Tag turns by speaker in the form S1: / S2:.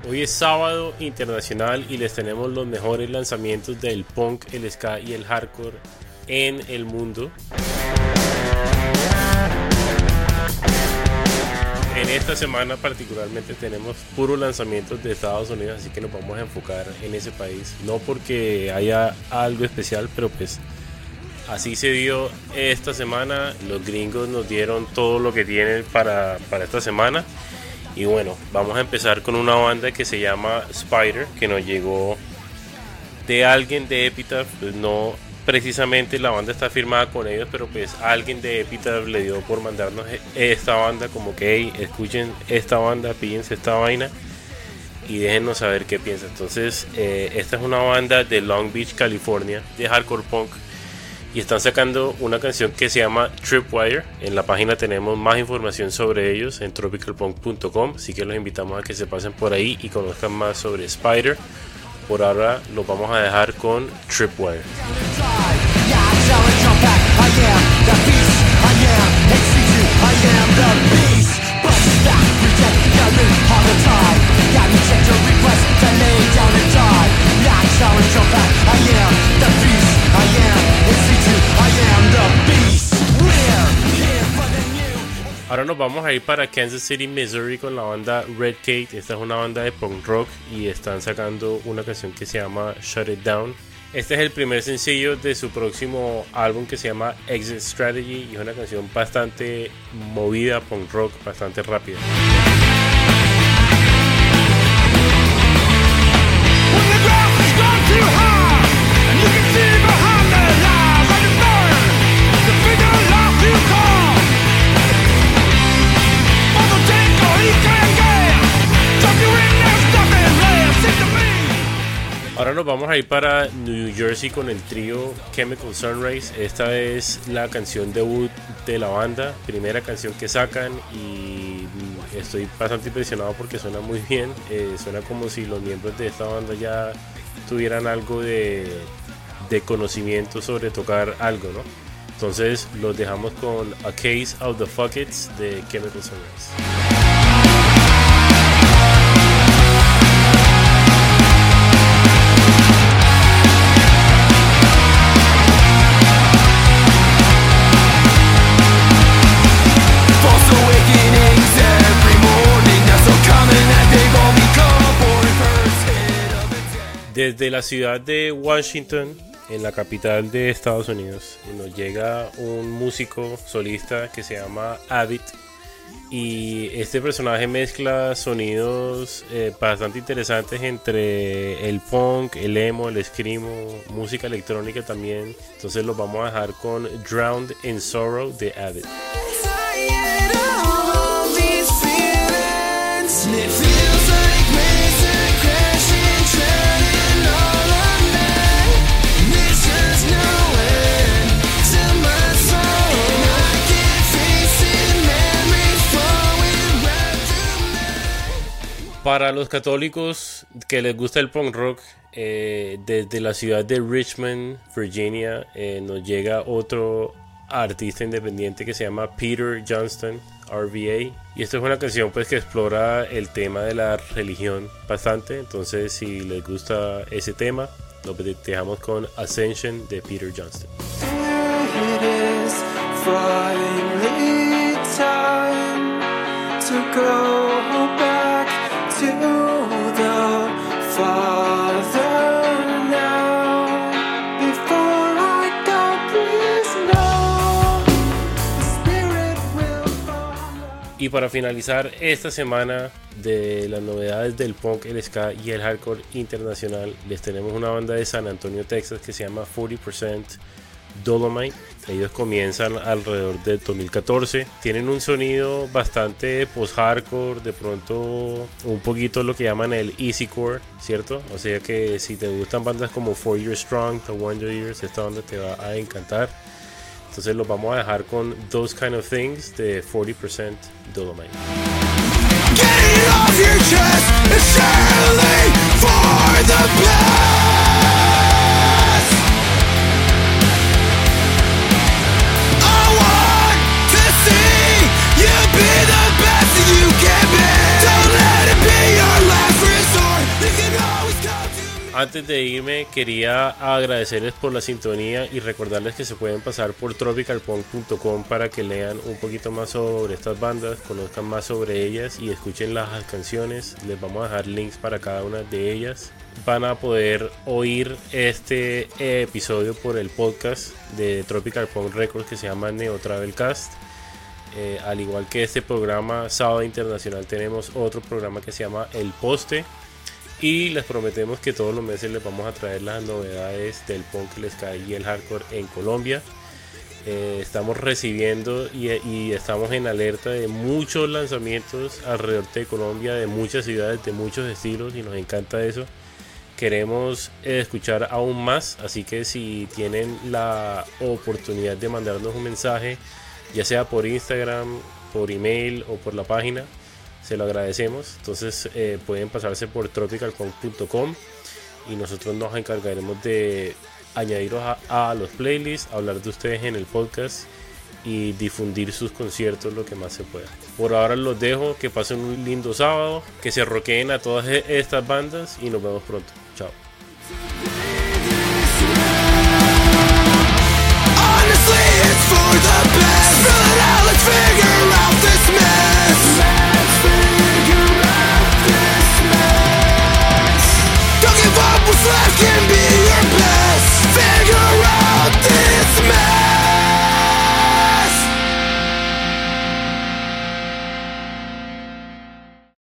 S1: Hoy es sábado internacional y les tenemos los mejores lanzamientos del punk, el ska y el hardcore en el mundo. En esta semana particularmente tenemos puros lanzamientos de Estados Unidos, así que nos vamos a enfocar en ese país. No porque haya algo especial, pero pues así se dio esta semana. Los gringos nos dieron todo lo que tienen para esta semana. Y bueno, vamos a empezar con una banda que se llama Spider, que nos llegó de alguien de Epitaph. Pues no precisamente la banda está firmada con ellos, pero pues alguien de Epitaph le dio por mandarnos esta banda, como que hey, escuchen esta banda, píllense esta vaina y déjennos saber qué piensan. Entonces esta es una banda de Long Beach, California, de hardcore punk, y están sacando una canción que se llama Tripwire. En la página tenemos más información sobre ellos en tropicalpunk.com, así que los invitamos a que se pasen por ahí y conozcan más sobre Spider. Por ahora los vamos a dejar con Tripwire. Ahora nos vamos a ir para Kansas City, Missouri con la banda Red Kate. Esta es una banda de punk rock y están sacando una canción que se llama Shut It Down. Este es el primer sencillo de su próximo álbum que se llama Exit Strategy y es una canción bastante movida, punk rock, bastante rápida. Ahora nos vamos a ir para New Jersey con el trío Chemical Sunrise. Esta es la canción debut de la banda, primera canción que sacan y estoy bastante impresionado porque suena muy bien. Suena como si los miembros de esta banda ya tuvieran algo de conocimiento sobre tocar algo, ¿no? Entonces los dejamos con A Case of the Fuckets de Chemical Sunrise. Desde la ciudad de Washington, en la capital de Estados Unidos, nos llega un músico solista que se llama Abbott. Y este personaje mezcla sonidos bastante interesantes entre el punk, el emo, el screamo, música electrónica también. Entonces los vamos a dejar con Drowned in Sorrow de Abbott. Para los católicos que les gusta el punk rock, desde la ciudad de Richmond, Virginia, nos llega otro artista independiente que se llama Peter Johnston, RVA. Y esta es una canción pues que explora el tema de la religión bastante. Entonces si les gusta ese tema, lo dejamos con Ascension de Peter Johnston. It is finally time to go back to the Father now. Before I go, please know the Spirit will follow. Y para finalizar esta semana de las novedades del punk, el ska y el hardcore internacional, les tenemos una banda de San Antonio, Texas que se llama 40% Dolomite. Ellos comienzan alrededor del 2014. Tienen un sonido bastante post-hardcore, de pronto un poquito lo que llaman el easycore, ¿cierto? O sea que si te gustan bandas como 4 Years Strong, The Wonder Years, esta banda te va a encantar. Entonces los vamos a dejar con Those Kind of Things de 40% Dolomite. Get it off your chest, it's surely for the blast. Be the best that you can be. Don't let it be your last resort. Antes de irme quería agradecerles por la sintonía y recordarles que se pueden pasar por tropicalpunk.com para que lean un poquito más sobre estas bandas, conozcan más sobre ellas y escuchen las canciones. Les vamos a dejar links para cada una de ellas. Van a poder oír este episodio por el podcast de Tropical Punk Records que se llama Neo Travelcast. Al igual que este programa Sábado Internacional, tenemos otro programa que se llama El Poste. Y les prometemos que todos los meses les vamos a traer las novedades del punk, el ska y el hardcore en Colombia. Estamos recibiendo y estamos en alerta de muchos lanzamientos alrededor de Colombia, de muchas ciudades, de muchos estilos, y nos encanta eso. Queremos escuchar aún más, así que si tienen la oportunidad de mandarnos un mensaje, ya sea por Instagram, por email o por la página, se lo agradecemos. Entonces pueden pasarse por tropicalpunk.com y nosotros nos encargaremos de añadiros a los playlists, hablar de ustedes en el podcast y difundir sus conciertos lo que más se pueda. Por ahora los dejo, que pasen un lindo sábado, que se roqueen a todas estas bandas y nos vemos pronto. Chao.
S2: What's left can be